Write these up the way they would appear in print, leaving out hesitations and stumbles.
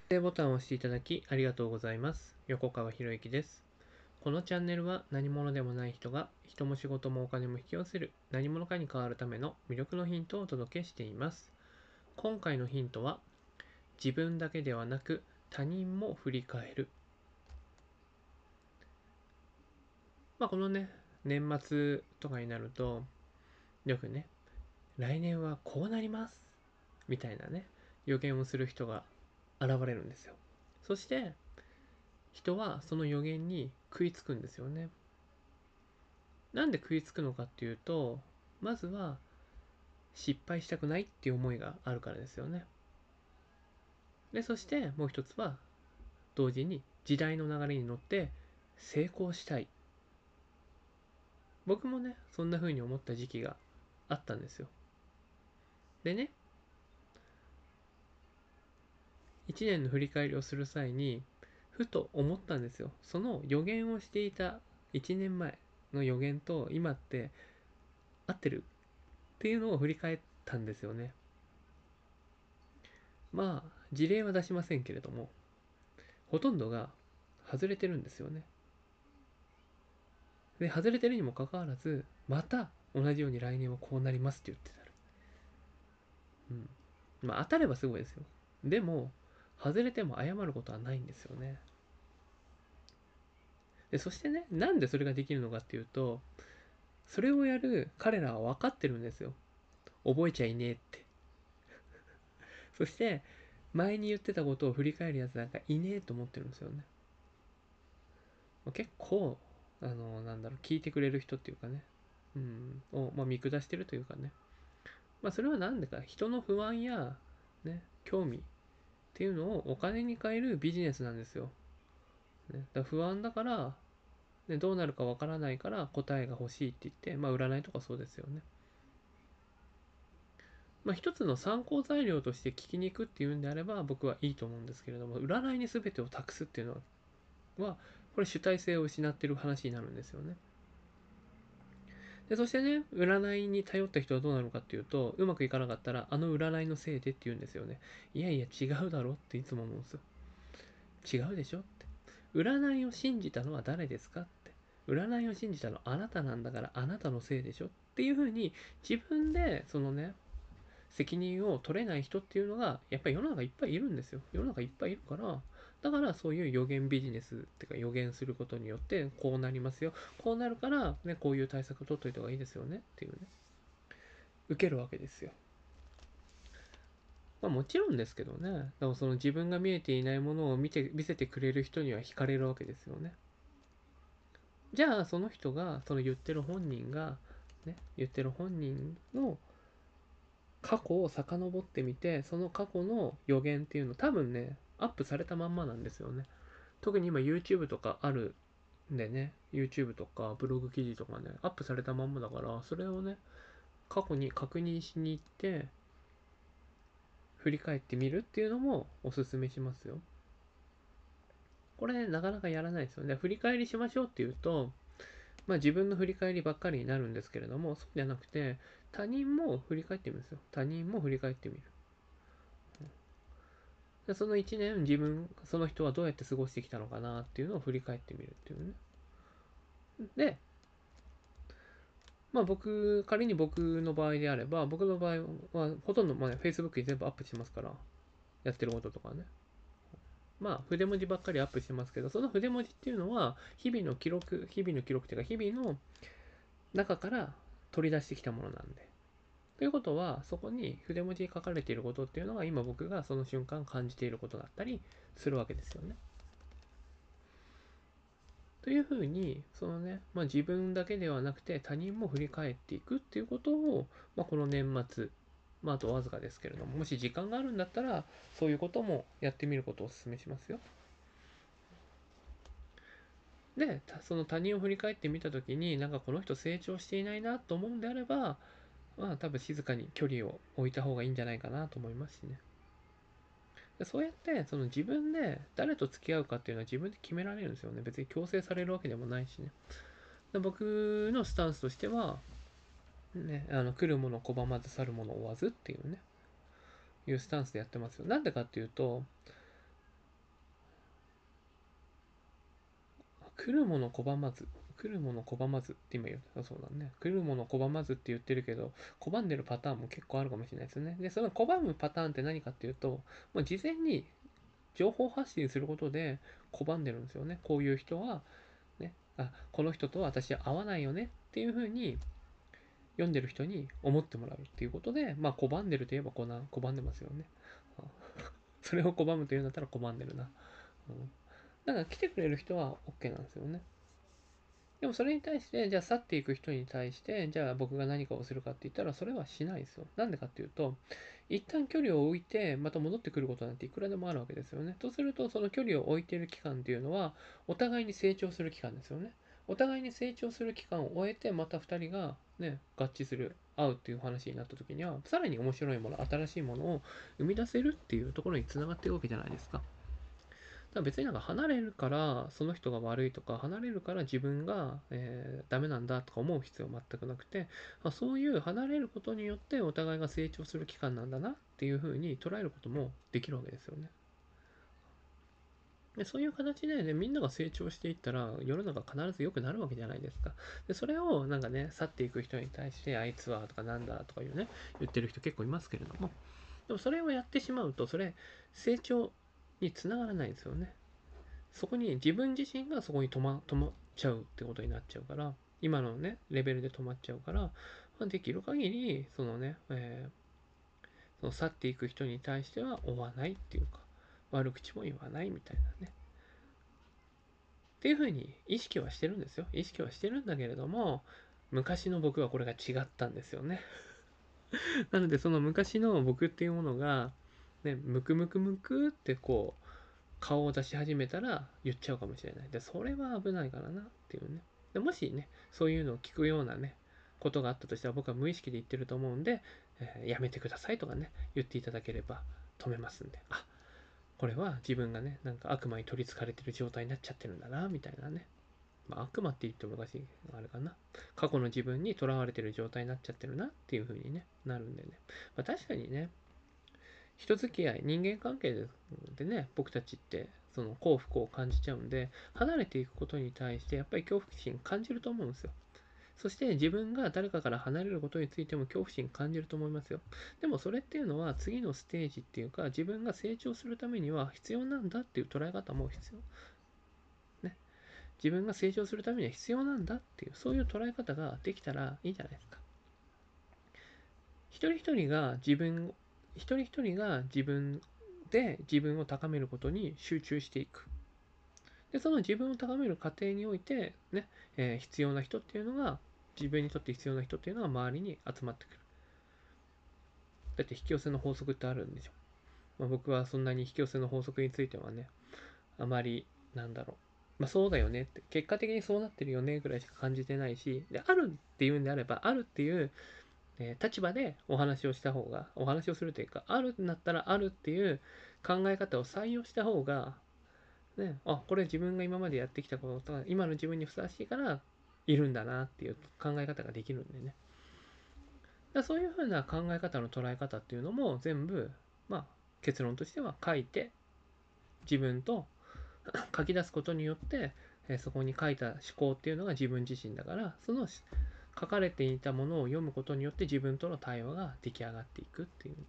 定ボタンを押していただきありがとうございます。横川博之です。このチャンネルは何者でもない人が人も仕事もお金も引き寄せる何者かに変わるための魅力のヒントをお届けしています。今回のヒントは自分だけではなく他人も振り返る。このね、年末とかになるとよくね、来年はこうなりますみたいなね、予言をする人が現れるんですよ。そして人はその予言に食いつくんですよね。なんで食いつくのかっていうと、まずは失敗したくないっていう思いがあるからですよね。で、そしてもう一つは同時に時代の流れに乗って成功したい。僕もね、そんな風に思った時期があったんですよ。でね、1年の振り返りをする際に、ふと思ったんですよ。その予言をしていた1年前の予言と今って合ってるっていうのを振り返ったんですよね。事例は出しませんけれども、ほとんどが外れてるんですよね。で、外れてるにもかかわらず、また同じように来年はこうなりますって言ってたる。当たればすごいですよ。でも、外れても謝ることはないんですよね。で、そしてね、なんでそれができるのかっていうと、それをやる彼らは分かってるんですよ。覚えちゃいねえって。そして、前に言ってたことを振り返るやつなんかいねえと思ってるんですよね。結構、聞いてくれる人っていうかね、見下してるというかね。それはなんでか、人の不安や、ね、興味っていうのをお金に変えるビジネスなんですよ。ね、だ不安だから、ね、どうなるかわからないから答えが欲しいって言って、占いとかそうですよね。一つの参考材料として聞きに行くっていうんであれば僕はいいと思うんですけれども、占いに全てを託すっていうのはこれ主体性を失ってる話になるんですよね。で、そしてね、占いに頼った人はどうなるかっていうと、うまくいかなかったら、あの占いのせいでって言うんですよね。いやいや、違うだろっていつも思うんですよ。違うでしょって。占いを信じたのは誰ですかって。占いを信じたのはあなたなんだからあなたのせいでしょっていうふうに自分でそのね、責任を取れない人っていうのがやっぱり世の中いっぱいいるんですよ。世の中いっぱいいるから、だからそういう予言ビジネスっていうか予言することによってこうなりますよ。こうなるからね、こういう対策を取っといた方がいいですよねっていうね。受けるわけですよ。もちろんですけどね、だからその自分が見えていないものを見せてくれる人には惹かれるわけですよね。じゃあその人が、その言ってる本人が、言ってる本人の過去を遡ってみて、その過去の予言っていうの多分ね、アップされたまんまなんですよね。特に今 YouTube とかあるんでね、YouTube とかブログ記事とかね、アップされたまんまだから、それをね、過去に確認しに行って、振り返ってみるっていうのもおすすめしますよ。これ、ね、なかなかやらないですよね。振り返りしましょうっていうと、自分の振り返りばっかりになるんですけれども、そうじゃなくて、他人も振り返ってみるんですよ。他人も振り返ってみる。でその1年、その人はどうやって過ごしてきたのかなっていうのを振り返ってみるっていうね。で、仮に僕の場合であれば、僕の場合は、ほとんど、Facebook に全部アップしますから、やってることとかね。筆文字ばっかりアップしてますけど、その筆文字っていうのは、日々の記録っていうか、日々の中から取り出してきたものなんで。ということは、そこに筆文字に書かれていることっていうのが、今僕がその瞬間感じていることだったりするわけですよね。というふうに、そのね、自分だけではなくて他人も振り返っていくっていうことを、この年末、あとわずかですけれども、もし時間があるんだったら、そういうこともやってみることをお勧めしますよ。で、その他人を振り返ってみたときに、この人成長していないなと思うんであれば、多分静かに距離を置いた方がいいんじゃないかなと思いますしね。でそうやってその自分で誰と付き合うかっていうのは自分で決められるんですよね。別に強制されるわけでもないしね。で僕のスタンスとしては、来るもの拒まず去るもの追わずっていうね、いうスタンスでやってますよ。なんでかっていうと、 来るもの拒まず、来るもの拒まずって今言った、そうだね。来るもの拒まずって言ってるけど、拒んでるパターンも結構あるかもしれないですよね。で、その拒むパターンって何かっていうと、もう事前に情報発信することで拒んでるんですよね。こういう人は、ね、この人と私は合わないよねっていうふうに読んでる人に思ってもらうっていうことで、まあ拒んでるといえば拒んでますよね。それを拒むというんだったら拒んでるな。うん、だから来てくれる人は OK なんですよね。でもそれに対して、じゃあ去っていく人に対して、じゃあ僕が何かをするかって言ったら、それはしないですよ。なんでかっていうと、一旦距離を置いて、また戻ってくることなんていくらでもあるわけですよね。とすると、その距離を置いている期間っていうのは、お互いに成長する期間ですよね。お互いに成長する期間を終えて、また2人がね、合致する、会うっていう話になった時には、さらに面白いもの、新しいものを生み出せるっていうところにつながっているわけじゃないですか。だ別になんか離れるからその人が悪いとか離れるから自分が、ダメなんだとか思う必要は全くなくて、そういう離れることによってお互いが成長する期間なんだなっていうふうに捉えることもできるわけですよね。でそういう形で、ね、みんなが成長していったら世の中必ず良くなるわけじゃないですか。でそれをなんかね去っていく人に対してあいつはとかなんだとかいうね言ってる人結構いますけれども、でもそれをやってしまうとそれ成長につながらないんですよね。そこに自分自身がそこに止まっちゃうってことになっちゃうから、今のね、レベルで止まっちゃうから、まあ、できる限り、そのね、その去っていく人に対しては追わないっていうか、悪口も言わないみたいなね。っていうふうに意識はしてるんですよ。意識はしてるんだけれども、昔の僕はこれが違ったんですよね。なので、その昔の僕っていうものが、ね、ムクムクムクってこう、顔を出し始めたら言っちゃうかもしれない。で、それは危ないからなっていうね。でもしね、そういうのを聞くようなね、ことがあったとしたら僕は無意識で言ってると思うんで、やめてくださいとかね、言っていただければ止めますんで、これは自分がね、なんか悪魔に取りつかれてる状態になっちゃってるんだな、みたいなね。まあ、悪魔って言っても昔、あれかな。過去の自分にとらわれてる状態になっちゃってるなっていう風にね、なるんでね。まあ、確かにね、人付き合い、人間関係でね、僕たちってその幸福を感じちゃうんで、離れていくことに対してやっぱり恐怖心感じると思うんですよ。そして自分が誰かから離れることについても恐怖心感じると思いますよ。でもそれっていうのは次のステージっていうか、自分が成長するためには必要なんだっていう捉え方も必要。ね。自分が成長するためには必要なんだっていう、そういう捉え方ができたらいいじゃないですか。一人一人が自分、一人一人が自分で自分を高めることに集中していく。で、その自分を高める過程において、ね、必要な人っていうのが、自分にとって必要な人っていうのが周りに集まってくる。だって引き寄せの法則ってあるんでしょ。まあ、僕はそんなに引き寄せの法則についてはね、あまり、なんだろう。まあそうだよねって、結果的にそうなってるよねぐらいしか感じてないし、で、あるっていうんであれば、あるっていう立場でお話をした方が、お話をするというか、あるんだったらあるっていう考え方を採用した方が、ね、これ自分が今までやってきたことと今の自分にふさわしいからいるんだなっていう考え方ができるんでね。だそういうふうな考え方の捉え方っていうのも全部、まあ、結論としては書いて、自分と書き出すことによって、そこに書いた思考っていうのが自分自身だから、その書かれていたものを読むことによって自分との対話が出来上がっていくっていうね。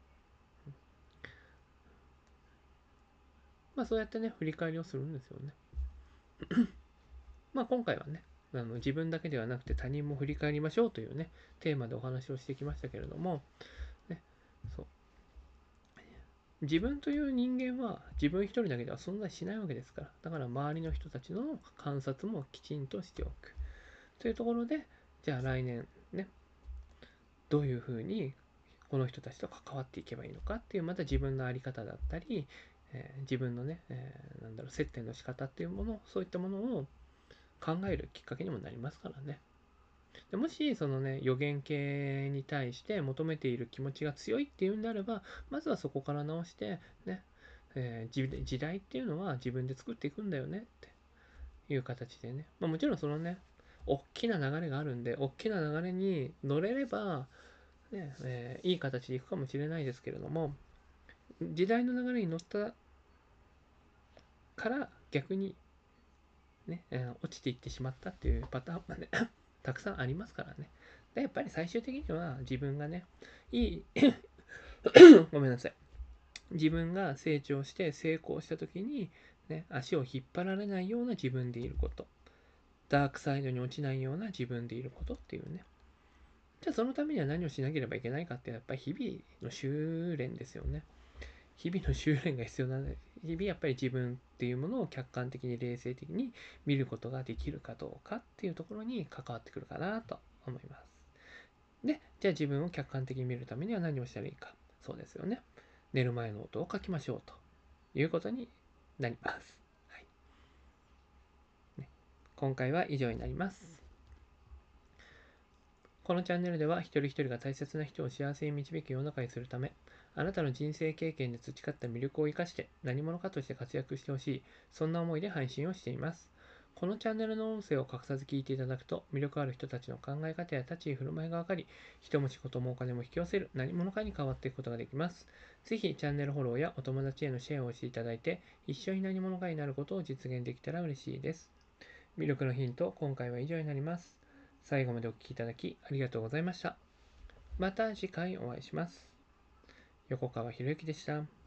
まあそうやってね、振り返りをするんですよね。まあ今回はね、自分だけではなくて他人も振り返りましょうというね、テーマでお話をしてきましたけれども、ね、そう。自分という人間は自分一人だけでは存在しないわけですから、だから周りの人たちの観察もきちんとしておく。というところで、じゃあ来年ね、どういうふうにこの人たちと関わっていけばいいのかっていうまた自分の在り方だったり、自分のね、なんだろう接点の仕方っていうものそういったものを考えるきっかけにもなりますからね。でもしそのね予言系に対して求めている気持ちが強いっていうんであればまずはそこから直してね、時代っていうのは自分で作っていくんだよねっていう形でね、まあ、もちろんそのね大きな流れがあるんで大きな流れに乗れればねいい形でいくかもしれないですけれども、時代の流れに乗ったから逆にね、落ちていってしまったっていうパターンまでたくさんありますからね。でやっぱり最終的には自分がね、いいごめんなさい。自分が成長して成功した時に、ね、足を引っ張られないような自分でいること。ダークサイドに落ちないような自分でいることっていうね。じゃあそのためには何をしなければいけないかってやっぱり日々の修練ですよね。日々の修練が必要なので、日々やっぱり自分っていうものを客観的に冷静的に見ることができるかどうかっていうところに関わってくるかなと思います。で、じゃあ自分を客観的に見るためには何をしたらいいか。そうですよね。寝る前の音を書きましょうということになります。はい。ね、今回は以上になります。このチャンネルでは一人一人が大切な人を幸せに導く世の中にするため、あなたの人生経験で培った魅力を生かして何者かとして活躍してほしい、そんな思いで配信をしています。このチャンネルの音声を隠さず聞いていただくと、魅力ある人たちの考え方や立ち居振る舞いが分かり、人も仕事もお金も引き寄せる何者かに変わっていくことができます。ぜひチャンネルフォローやお友達へのシェアをしていただいて、一緒に何者かになることを実現できたら嬉しいです。魅力のヒント、今回は以上になります。最後までお聴きいただきありがとうございました。また次回お会いします。横川博之でした。